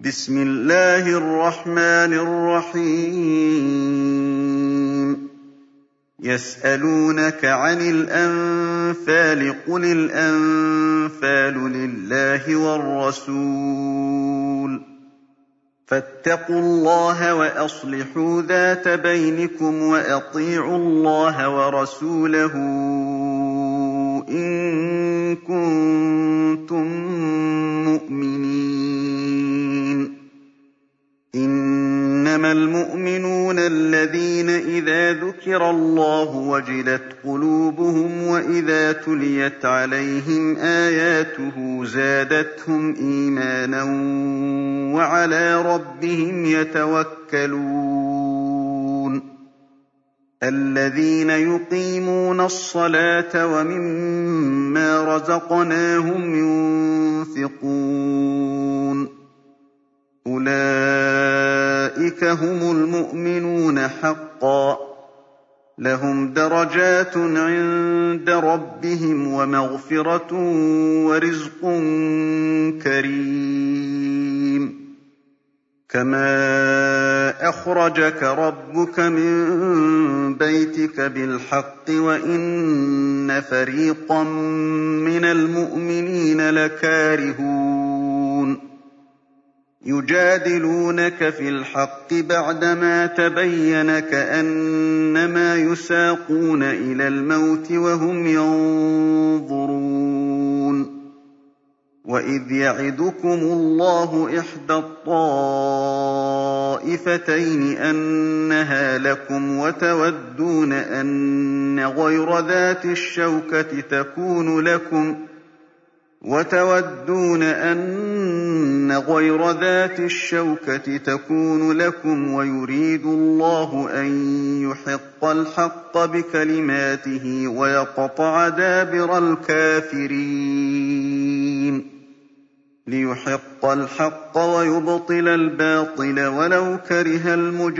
بسم الله الرحمن الرحيم يسألونك عن الأنفال قل الأنفال لله والرسول فاتقوا الله وأصلحوا ذات بينكم وأطيعوا الله ورسوله إن كنتم مؤمنين إنما المؤمنون الذين إذا ذكر الله وجلت قلوبهم وإذا تليت عليهم آياته زادتهم إيمانا وعلى ربهم يتوكلون الذين يقيمون الصلاة ومما رزقناهم ينفقون أولئك هم المؤمنون حقا لهم درجات عند ربهم ومغفرة ورزق كريم كما أخرجك ربك من بيتك بالحق وإن فريقا من المؤمنين لكارهون يجادلونك في الحق بعدما تبين كأنما يساقون إلى الموت وهم ينظرون وإذ يعدكم الله إحدى الطائفتين أنها لكم وتودون أن غير ذات الشوكة تكون لكم ويريد الله أن يحق الحق بكلماته ويقطع دابر الكافرين ليحق الحق ويبطل الباطل ولو كره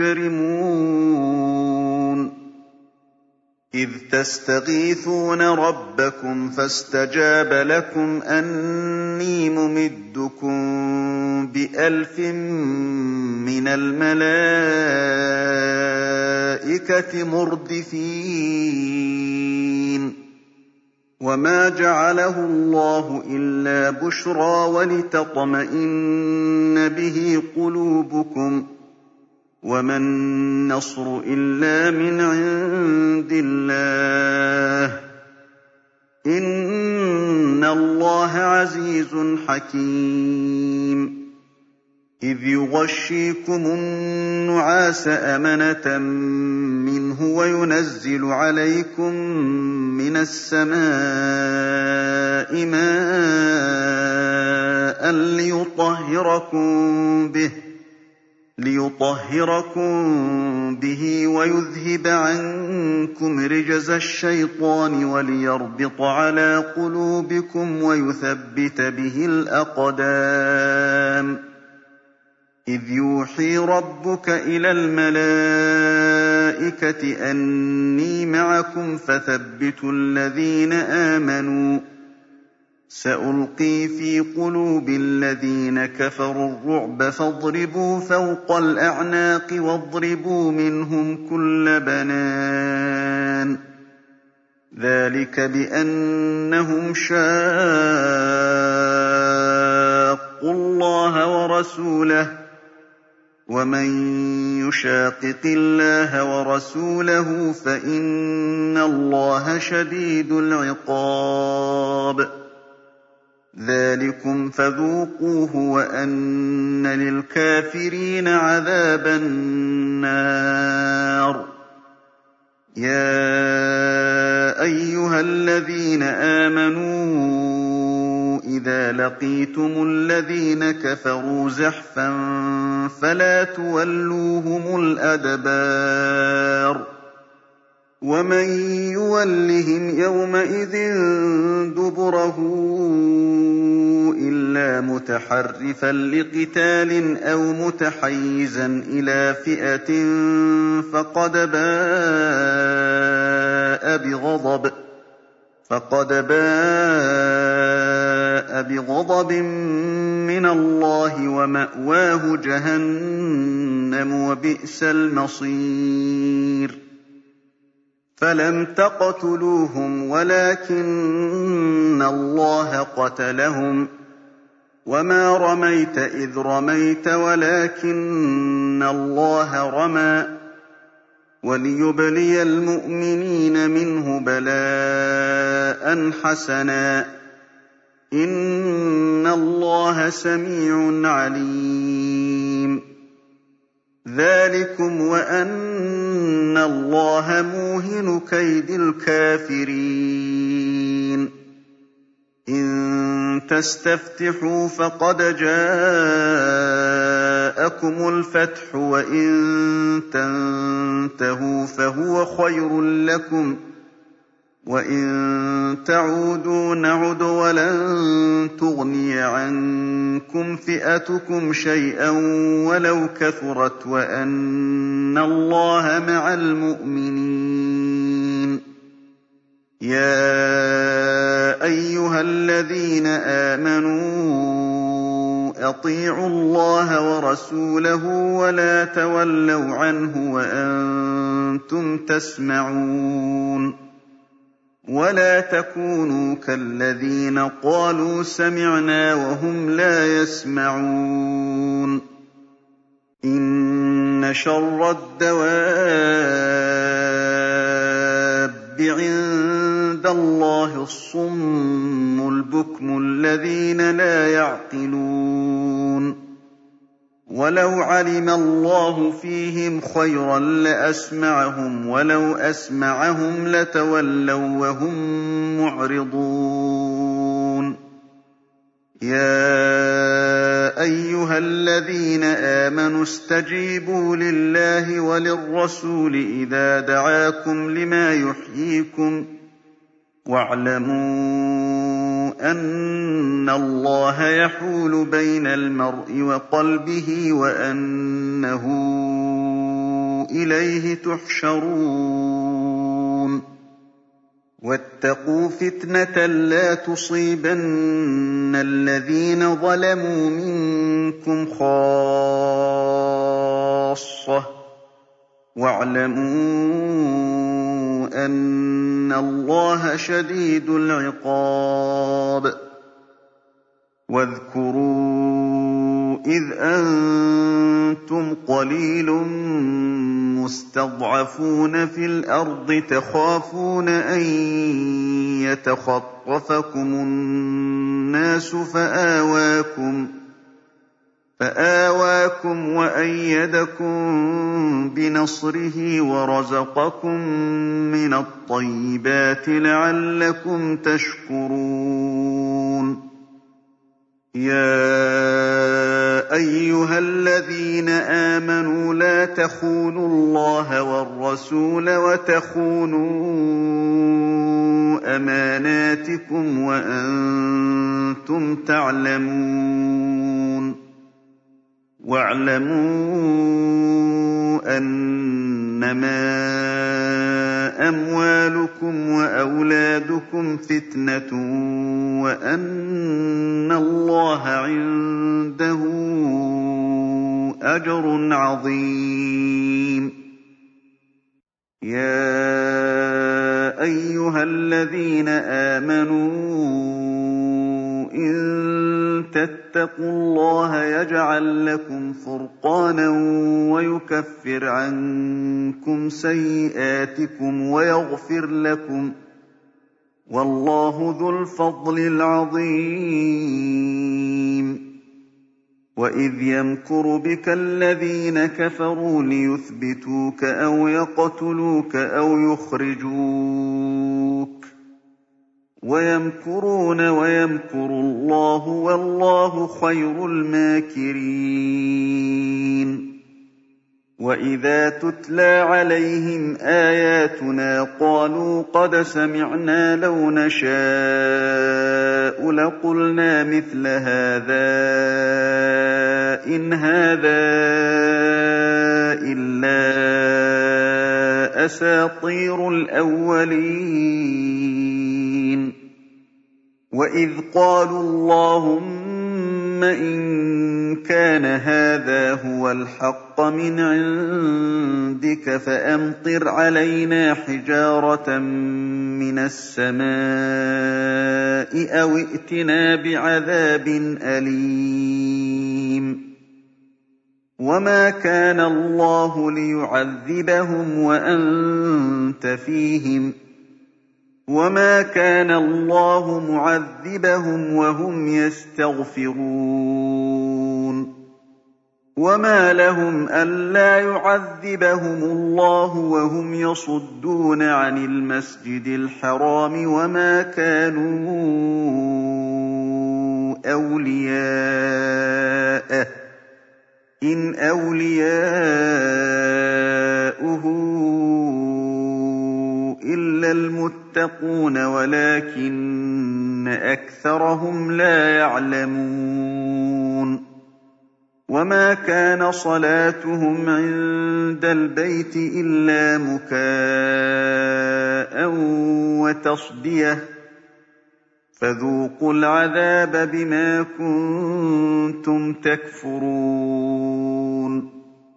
المجرمون إذ تستغيثون ربكم فاستجاب لكم أني ممدكم ب1000 من الملائكة مردفين وما جعله الله إلا بشرى ولتطمئن به قلوبكم وما النصر إلا من عند الله إن الله عزيز حكيم إذ يغشيكم النعاس أمنة منه وينزل عليكم من السماء ماء ليطهركم به ويذهب عنكم رجز الشيطان وليربط على قلوبكم ويثبت به الأقدام إذ يوحي ربك إلى الملائكة أني معكم فثبتوا الذين آمنوا سألقي في قلوب الذين كفروا الرعب فاضربوا فوق الأعناق واضربوا منهم كل بنان ذلك بأنهم شاقوا الله ورسوله ومن يشاقق الله ورسوله فإن الله شديد العقاب ذلكم فذوقوه وأن للكافرين عذاب النار يا أيها الذين آمنوا إذا لقيتم الذين كفروا زحفا فلا تولوهم الأدبار ومن يولهم يومئذ دبره إلا متحرفا لقتال أو متحيزا إلى فئة فقد باء بغضب مِّنَ اللَّهِ وَمَأْوَاهُ جَهَنَّمُ ۖ وَبِئْسَ الْمَصِيرُ فَلَمْ تَقْتُلُوهُمْ وَلَٰكِنَّ اللَّهَ قَتَلَهُمْ ۚ وَمَا رَمَيْتَ إِذْ رَمَيْتَ وَلَٰكِنَّ اللَّهَ رَمَىٰ ۚ وَلِيُبْلِيَ الْمُؤْمِنِينَ مِنْهُ بَلَاءً حَسَنًا ۚ إِنَّ اللَّهَ سَمِيعٌ عَلِيمٌ ذَٰلِكُمْ وَأَنَّ اللَّهَ مُوهِنُ كَيْدِ الْكَافِرِينَ إِن تَسْتَفْتِحُوا فَقَدْ جَاءَكُمُ الْفَتْحُ ۖ وَإِن تَنتَهُوا فَهُوَ خَيْرٌ لَّكُمْ ۖ وَإِن تَعُودُوا نَعُدْ وَلَن تُغْنِيَ عَنكُمْ فِئَتُكُمْ شَيْئًا وَلَوْ كَثُرَتْ ۙ وَأَنَّ اللَّهَ مَعَ الْمُؤْمِنِينَ يَا أَيُّهَا الَّذِينَ آمَنُوا أَطِيعُوا اللَّهَ وَرَسُولَهُ وَلَا تَوَلَّوْا عَنْهُ وَأَنتُمْ تَسْمَعُونَ وَلَا تَكُونُوا كَالَّذِينَ قَالُوا سَمِعْنَا وَهُمْ لَا يَسْمَعُونَ إِنَّ شَرَّ الدَّوَابِّ عِندَ اللَّهِ الصُّمُّ الْبُكْمُ الَّذِينَ لَا يَعْقِلُونَ وَلَوْ عَلِمَ اللَّهُ فِيهِمْ خَيْرًا لَّأَسْمَعَهُمْ ۖ وَلَوْ أَسْمَعَهُمْ لَتَوَلَّوا وَّهُم مُّعْرِضُونَ يَا أَيُّهَا الَّذِينَ آمَنُوا اسْتَجِيبُوا لِلَّهِ وَلِلرَّسُولِ إِذَا دَعَاكُمْ لِمَا يُحْيِيكُمْ ۖ وَاعْلَمُوا أَنَّ اللَّهَ يَحُولُ بَيْنَ الْمَرْءِ وَقَلْبِهِ وَأَنَّهُ إِلَيْهِ تُحْشَرُونَ وَاتَّقُوا فِتْنَةً لَّا تُصِيبَنَّ الَّذِينَ ظَلَمُوا مِنكُمْ خَاصَّةً ۖ وَاعْلَمُوا أَنَّ اللَّهَ شَدِيدُ الْعِقَابِ وَاذْكُرُوا إِذْ أَنتُمْ قَلِيلٌ مُّسْتَضْعَفُونَ فِي الْأَرْضِ تَخَافُونَ أَن يَتَخَطَّفَكُمُ النَّاسُ فَآوَاكُمْ وَأَيَّدَكُم بِنَصْرِهِ وَرَزَقَكُم مِّنَ الطَّيِّبَاتِ لَعَلَّكُمْ تَشْكُرُونَ يَا أَيُّهَا الَّذِينَ آمَنُوا لَا تَخُونُوا اللَّهَ وَالرَّسُولَ وَتَخُونُوا أَمَانَاتِكُمْ وَأَنتُمْ تَعْلَمُونَ وَاعْلَمُوا أَنَّمَا أَمْوَالُكُمْ وَأَوْلَادُكُمْ فِتْنَةٌ وَأَنَّ اللَّهَ عِندَهُ أَجْرٌ عَظِيمٌ يَا أَيُّهَا الَّذِينَ آمَنُوا إِن تَتَّقُوا اللَّهَ يَجْعَل لَّكُمْ فُرْقَانًا وَيُكَفِّرْ عَنكُمْ سَيِّئَاتِكُمْ وَيَغْفِرْ لَكُمْ ۗ وَاللَّهُ ذُو الْفَضْلِ الْعَظِيمِ وَإِذْ يَمْكُرُ بِكَ الَّذِينَ كَفَرُوا لِيُثْبِتُوكَ أَوْ يَقْتُلُوكَ أَوْ يُخْرِجُوكَ ۚ وَيَمْكُرُونَ وَيَمْكُرُ اللَّهُ ۖ وَاللَّهُ خَيْرُ الْمَاكِرِينَ وَإِذَا تُتْلَىٰ عَلَيْهِمْ آيَاتُنَا قَالُوا قَدْ سَمِعْنَا لَوْ نَشَاءُ لَقُلْنَا مِثْلَ هَٰذَا إِنْ هَٰذَا إِلَّا أَسَاطِيرُ الْأَوَّلِينَ وَإِذْ قَالُوا اللَّهُمَّ اللهم إن كان هذا هو الحق من عندك فأمطر علينا حجارة من السماء أو ائتنا بعذاب أليم وما كان الله ليعذبهم وأنت فيهم وما كان الله معذبهم وهم يستغفرون وما لهم ألا يعذبهم الله وهم يصدون عن المسجد الحرام وما كانوا أولياءه إن أولياؤه إلا المتقون ولكن أكثرهم لا يعلمون وما كان صلاتهم عند البيت إلا مكاء وتصدية فذوقوا العذاب بما كنتم تكفرون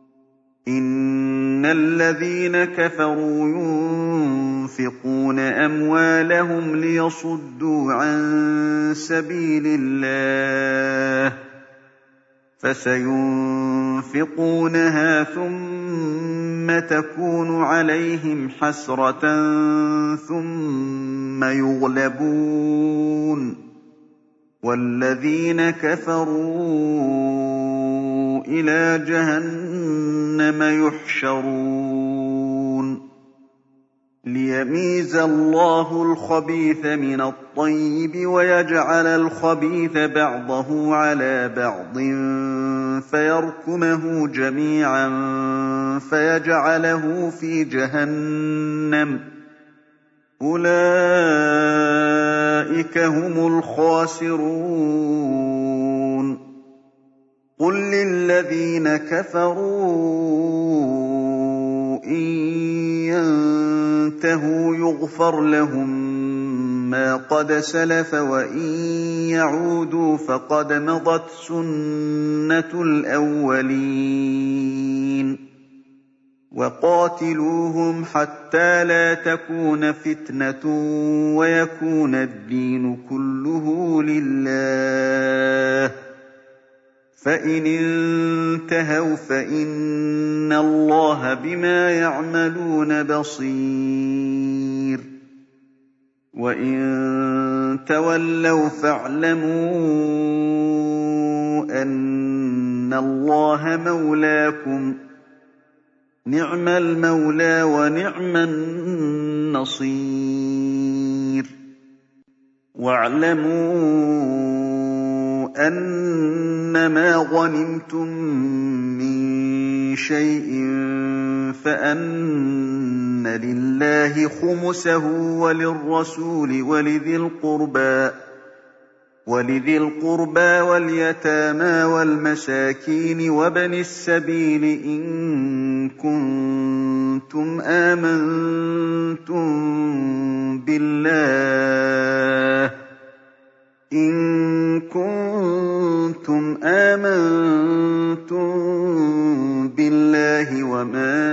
إن الذين كفروا ينفقون أموالهم ليصدوا عن سبيل الله فسينفقونها ثم تكون عليهم حسرة ثم يغلبون والذين كفروا إلى جهنم يحشرون ليميز الله الخبيث من الطيب ويجعل الخبيث بعضه على بعض فيركمه جميعا فيجعله في جهنم أولئك هم الخاسرون قل للذين كفروا إن ينتهوا يغفر لهم ما قد سلف وإن يعودوا فقد مضت سنة الأولين وقاتلوهم حتى لا تكون فتنة ويكون الدين كله لله فإن انتهوا فإن الله بما يعملون بصير وإن تولوا فاعلموا أن الله مولاكم نعم المولى ونعم النصير واعلموا أنما غنمتم من شيء فأن لله خمسه وللرسول ولذي القربى واليتامى والمساكين وابن السبيل إن كنتم آمنتم بالله وما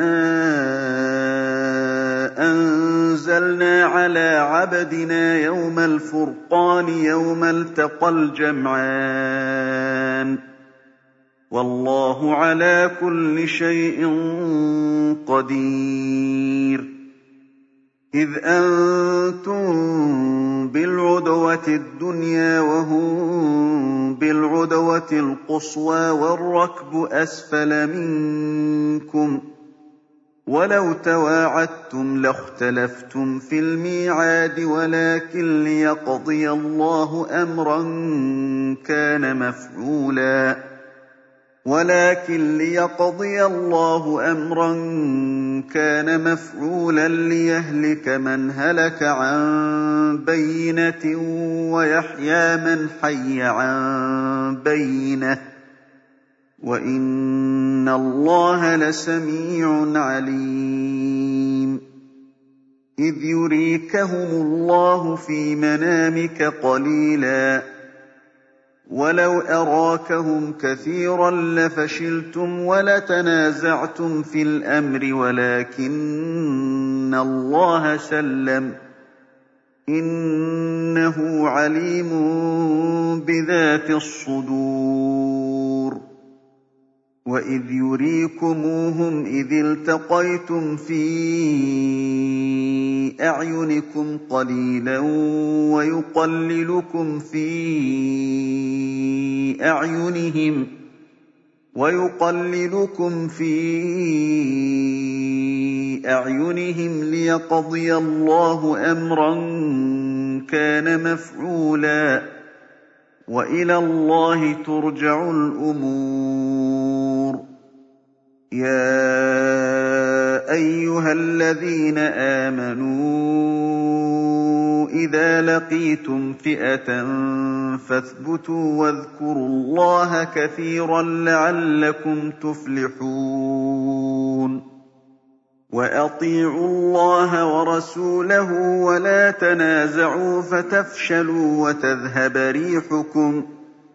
أنزلنا على عبدنا يوم الفرقان يوم التقى الجمعان والله على كل شيء قدير إذ أنتم بالعدوة الدنيا وهم بالعدوة القصوى والركب أسفل منكم ولو تواعدتم لاختلفتم في الميعاد ولكن ليقضي الله أمرا كان مفعولا ليهلك من هلك عن بينة ويحيى من حي عن بينة وإن الله لسميع عليم إذ يريكهم الله في منامك قليلا وَلَوْ أَرَاكَهُمْ كَثِيرًا لَّفَشِلْتُمْ وَلَتَنَازَعْتُمْ فِي الْأَمْرِ وَلَٰكِنَّ اللَّهَ سَلَّمَ ۗ إِنَّهُ عَلِيمٌ بِذَاتِ الصُّدُورِ وَإِذْ يُرِيكُمُوهُمْ إِذِ الْتَقَيْتُمْ فِي أَعْيُنِكُمْ قَلِيلًا وَيُقَلِّلُكُمْ فِي أَعْيُنِهِمْ لِيَقْضِيَ اللَّهُ أَمْرًا كَانَ مَفْعُولًا ۗ وَإِلَى اللَّهِ تُرْجَعُ الْأُمُورُ يَا أَيُّهَا الَّذِينَ آمَنُوا إِذَا لَقِيتُمْ فِئَةً فَاثْبُتُوا وَاذْكُرُوا اللَّهَ كَثِيرًا لَّعَلَّكُمْ تُفْلِحُونَ وَأَطِيعُوا اللَّهَ وَرَسُولَهُ وَلَا تَنَازَعُوا فَتَفْشَلُوا وَتَذْهَبَ رِيحُكُمْ ۖ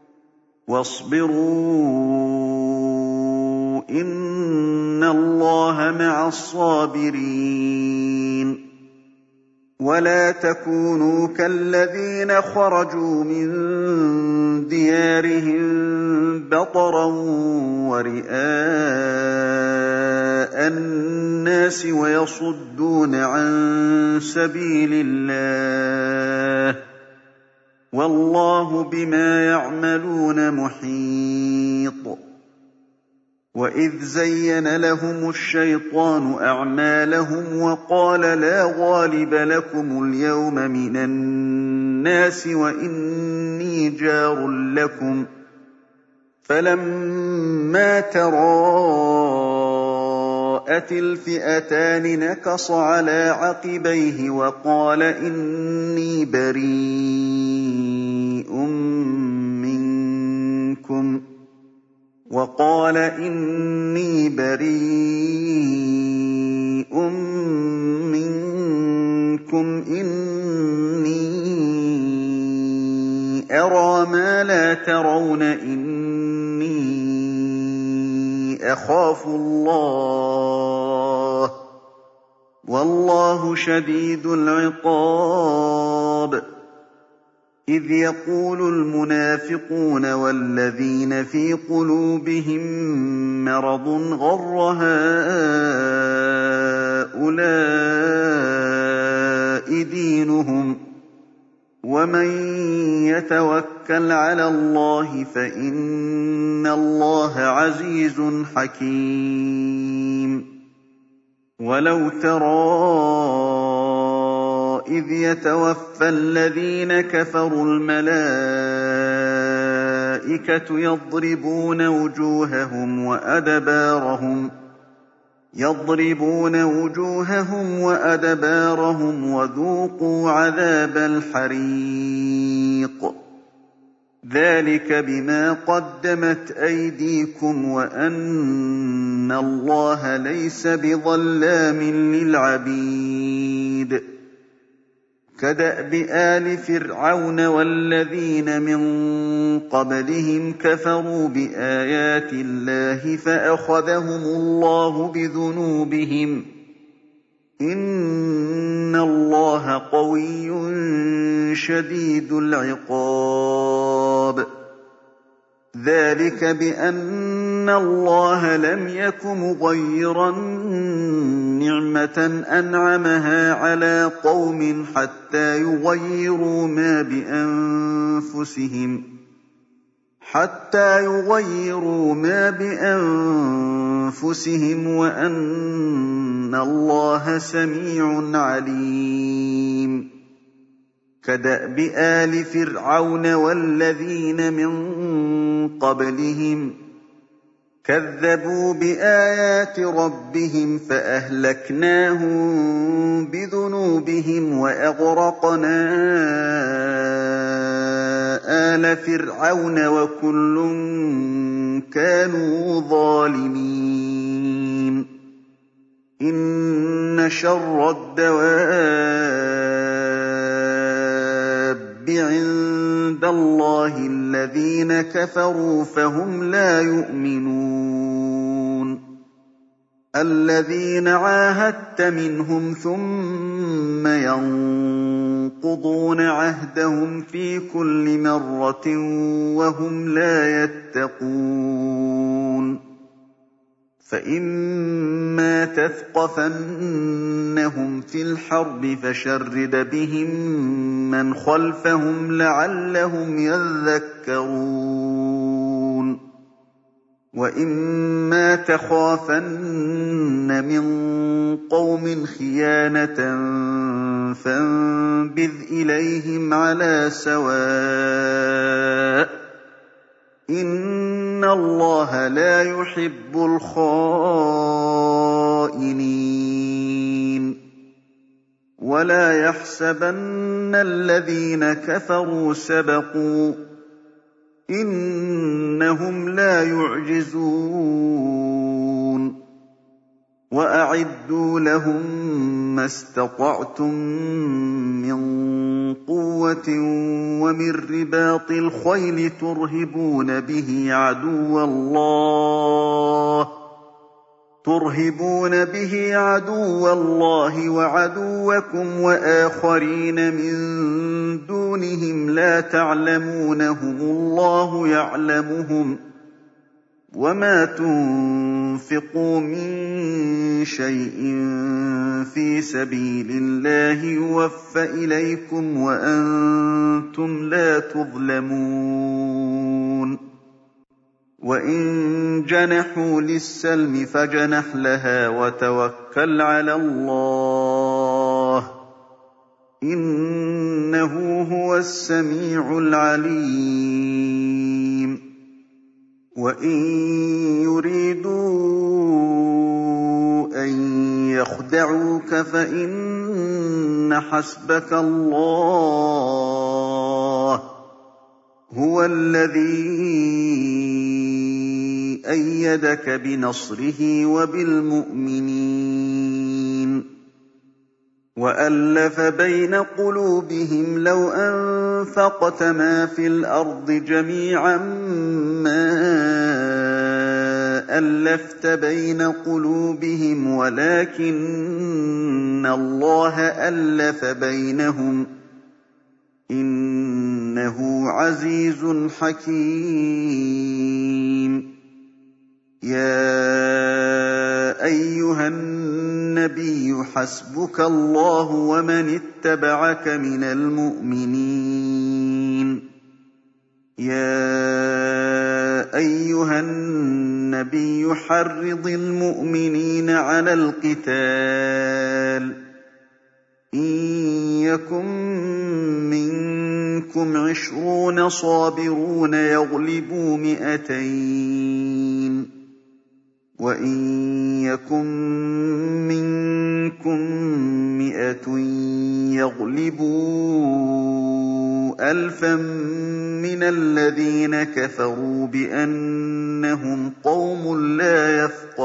وَاصْبِرُوا إِنَّ اللَّهَ مَعَ الصَّابِرِينَ وَلَا تَكُونُوا كَالَّذِينَ خَرَجُوا مِن دِيَارِهِم بَطَرًا وَرِئَاءَ النَّاسِ وَيَصُدُّونَ عَن سَبِيلِ اللَّهِ ۗ وَاللَّهُ بِمَا يَعْمَلُونَ مُحِيطٌ وَإِذْ زَيَّنَ لَهُمُ الشَّيْطَانُ أَعْمَالَهُمْ وَقَالَ لَا غَالِبَ لَكُمُ الْيَوْمَ مِنَ النَّاسِ وَإِنِّي جَارٌ لَّكُمْ ۖ فَلَمَّا تَرَاءَتِ الْفِئَتَانِ نَكَصَ عَلَىٰ عَقِبَيْهِ وَقَالَ إِنِّي بَرِيءٌ مِّنكُمْ إِنِّي أَرَىٰ مَا لَا تَرَوْنَ إِنِّي أَخَافُ اللَّهَ ۚ وَاللَّهُ شَدِيدُ الْعِقَابِ إِذْ يَقُولُ الْمُنَافِقُونَ وَالَّذِينَ فِي قُلُوبِهِم مَّرَضٌ غَرَّ هَٰؤُلَاءِ دِينُهُمْ ۗ وَمَن يَتَوَكَّلْ عَلَى اللَّهِ فَإِنَّ اللَّهَ عَزِيزٌ حَكِيمٌ وَلَوْ تَرَىٰ إِذْ يَتَوَفَّى الَّذِينَ كَفَرُوا الْمَلَائِكَةُ يَضْرِبُونَ وُجُوهَهُمْ وَأَدْبَارَهُمْ وَذُوقُوا عَذَابَ الْحَرِيقِ ذَٰلِكَ بِمَا قَدَّمَتْ أَيْدِيكُمْ وَأَنَّ اللَّهَ لَيْسَ بِظَلَّامٍ لِّلْعَبِيدِ كَدَأْبِ آلِ فِرْعَوْنَ وَالَّذِينَ مِن قَبْلِهِمْ كَفَرُوا بِآيَاتِ اللَّهِ فَأَخَذَهُمُ اللَّهُ بِذُنُوبِهِمْ ۗ إِنَّ اللَّهَ قَوِيٌّ شَدِيدُ الْعِقَابِ ذَٰلِكَ بِأَنَّ اللَّهَ لَمْ يَكُ مُغَيِّرًا نِّعْمَةً أَنْعَمَهَا عَلَىٰ قَوْمٍ حَتَّىٰ يُغَيِّرُوا مَا بِأَنفُسِهِمْ ۙ وَأَنَّ اللَّهَ سَمِيعٌ عَلِيمٌ كَدَأْبِ آلِ فِرْعَوْنَ وَالَّذِينَ مِن قَبْلِهِمْ ۚ كَذَّبُوا بِآيَاتِ رَبِّهِمْ فَأَهْلَكْنَاهُم بِذُنُوبِهِمْ وَأَغْرَقْنَا آلَ فِرْعَوْنَ ۚ وَكُلٌّ كَانُوا ظَالِمِينَ إِنَّ شَرَّ الدَّوَابِّ عِندَ اللَّهِ الذين كفروا فهم لا يؤمنون الذين عاهدت منهم ثم ينقضون عهدهم في كل مرة وهم لا يتقون فإما تثقفنهم في الحرب فشرد بهم من خلفهم لعلهم يذكرون وإما تخافن من قوم خيانة فانبذ إليهم على سواء إن الله لا يحب الخائنين ولا يحسبن الذين كفروا سبقوا إنهم لا يعجزون وأعدوا لهم ما استطعتم من قوة ومن رباط الخيل ترهبون به عدو الله وعدوكم وآخرين من دونهم لا تعلمونهم الله يعلمهم وما تنفقوا من شيء في سبيل الله يوفى إليكم وأنتم لا تظلمون وإن جنحوا للسلم فاجنح لها وتوكل على الله إنه هو السميع العليم وإن يريدوا أن يخدعوك فإن حسبك الله هو الذي أيدك بنصره وبالمؤمنين وألف بين قلوبهم لو أنفقت ما في الأرض جميعا ما ألفت بين قلوبهم ولكن الله ألف بينهم إنه عزيز حكيم يا أيها النبي حسبك الله ومن اتبعك من المؤمنين يا أيها النبي حرض المؤمنين على القتال إن يكن منكم 20 صابرون يغلبوا 200 وإن يكن منكم 100 يغلبوا 1000 من الذين كفروا بأنهم قوم لا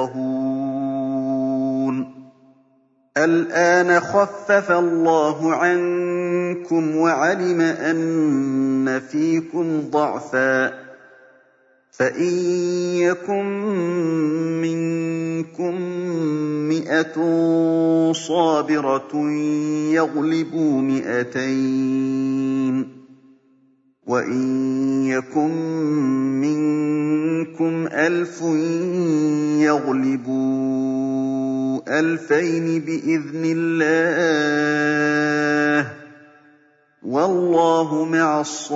يفقهون الآن خفف الله عنكم وعلم أن فيكم ضعفا فإن يكن منكم 100 صابرة يغلبوا 200 وإن يكن منكم 1000 يغلبوا 2000 بإذن الله والله مع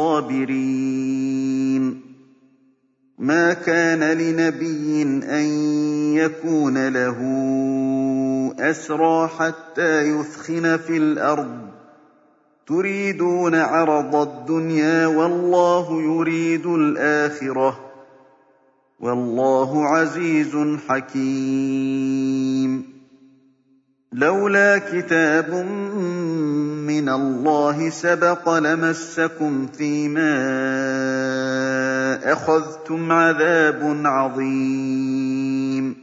الصابرين ما كان لنبي أن يكون له أسرى حتى يثخن في الأرض تريدون عرض الدنيا والله يريد الآخرة والله عزيز حكيم لولا كتاب من الله سبق لمسكم فيما أخذتم عذاب عظيم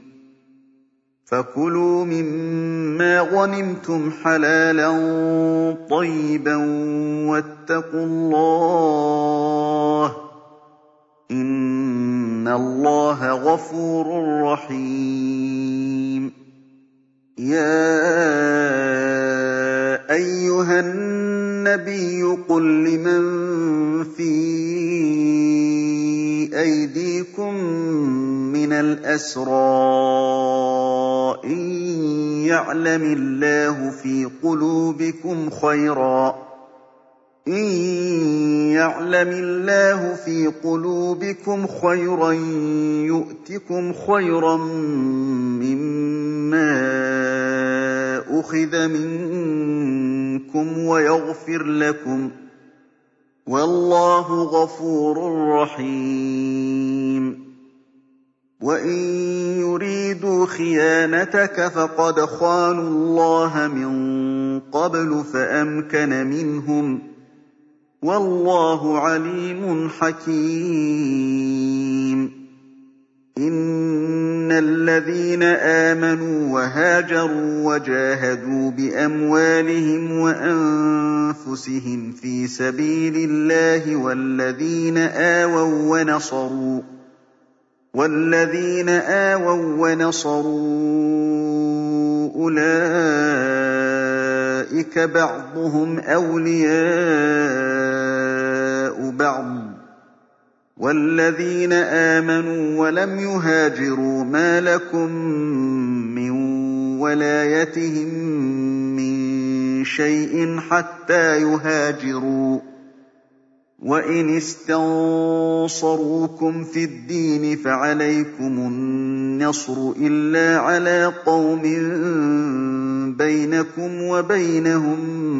فكلوا مما غنمتم حلالا طيبا واتقوا الله إِنَّ اللَّهَ غَفُورٌ رَّحِيمٌ يَا أَيُّهَا النَّبِيُّ قُل لِّمَن فِي أَيْدِيكُم مِّنَ الْأَسْرَىٰ إِن يَعْلَمِ اللَّهُ فِي قُلُوبِكُمْ خَيْرًا يُؤْتِكُمْ خَيْرًا مِّمَّا أُخِذَ مِنكُمْ وَيَغْفِرْ لَكُمْ ۗ وَاللَّهُ غَفُورٌ رَّحِيمٌ وَإِن يُرِيدُوا خِيَانَتَكَ فَقَدْ خَانُوا اللَّهَ مِن قَبْلُ فَأَمْكَنَ مِنْهُمْ ۗ وَاللَّهُ عَلِيمٌ حَكِيمٌ إِنَّ الَّذِينَ آمَنُوا وَهَاجَرُوا وَجَاهَدُوا بِأَمْوَالِهِمْ وَأَنفُسِهِمْ فِي سَبِيلِ اللَّهِ وَالَّذِينَ آوَوا وَّنَصَرُوا أُولَٰئِكَ بَعْضُهُمْ أَوْلِيَاءُ بَعْضٍ ۚ وَالَّذِينَ آمَنُوا وَلَمْ يُهَاجِرُوا مَا لَكُم مِّن وَلَايَتِهِم مِّن شَيْءٍ حَتَّىٰ يُهَاجِرُوا ۚ وَإِنِ اسْتَنصَرُوكُمْ فِي الدِّينِ فَعَلَيْكُمُ النَّصْرُ إِلَّا عَلَىٰ قَوْمٍ بَيْنَكُمْ وَبَيْنَهُم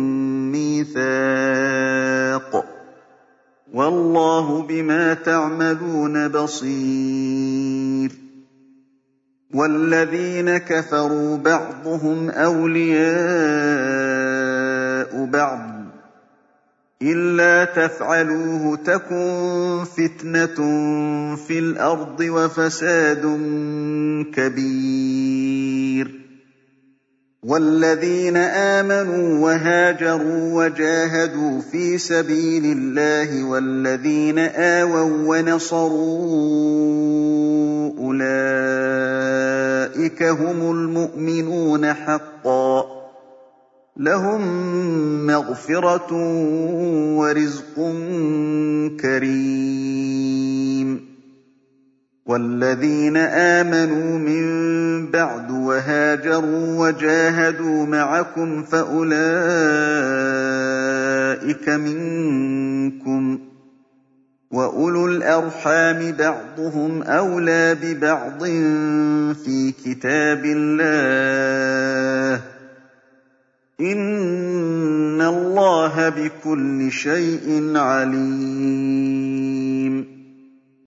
مِّيثَاقٌ ۗ وَاللَّهُ بِمَا تَعْمَلُونَ بَصِيرٌ وَالَّذِينَ كَفَرُوا بَعْضُهُمْ أَوْلِيَاءُ بَعْضٍ ۚ إِلَّا تَفْعَلُوهُ تَكُن فِتْنَةٌ فِي الْأَرْضِ وَفَسَادٌ كَبِيرٌ وَالَّذِينَ آمَنُوا وَهَاجَرُوا وَجَاهَدُوا فِي سَبِيلِ اللَّهِ وَالَّذِينَ آوَوا وَّنَصَرُوا أُولَٰئِكَ هُمُ الْمُؤْمِنُونَ حَقًّا ۚ لَّهُم مَّغْفِرَةٌ وَرِزْقٌ كَرِيمٌ وَالَّذِينَ آمَنُوا مِن بَعْدُ وَهَاجَرُوا وَجَاهَدُوا مَعَكُمْ فَأُولَٰئِكَ مِنكُمْ ۚ وَأُولُو الْأَرْحَامِ بَعْضُهُمْ أَوْلَىٰ بِبَعْضٍ فِي كِتَابِ اللَّهِ ۗ إِنَّ اللَّهَ بِكُلِّ شَيْءٍ عَلِيمٌ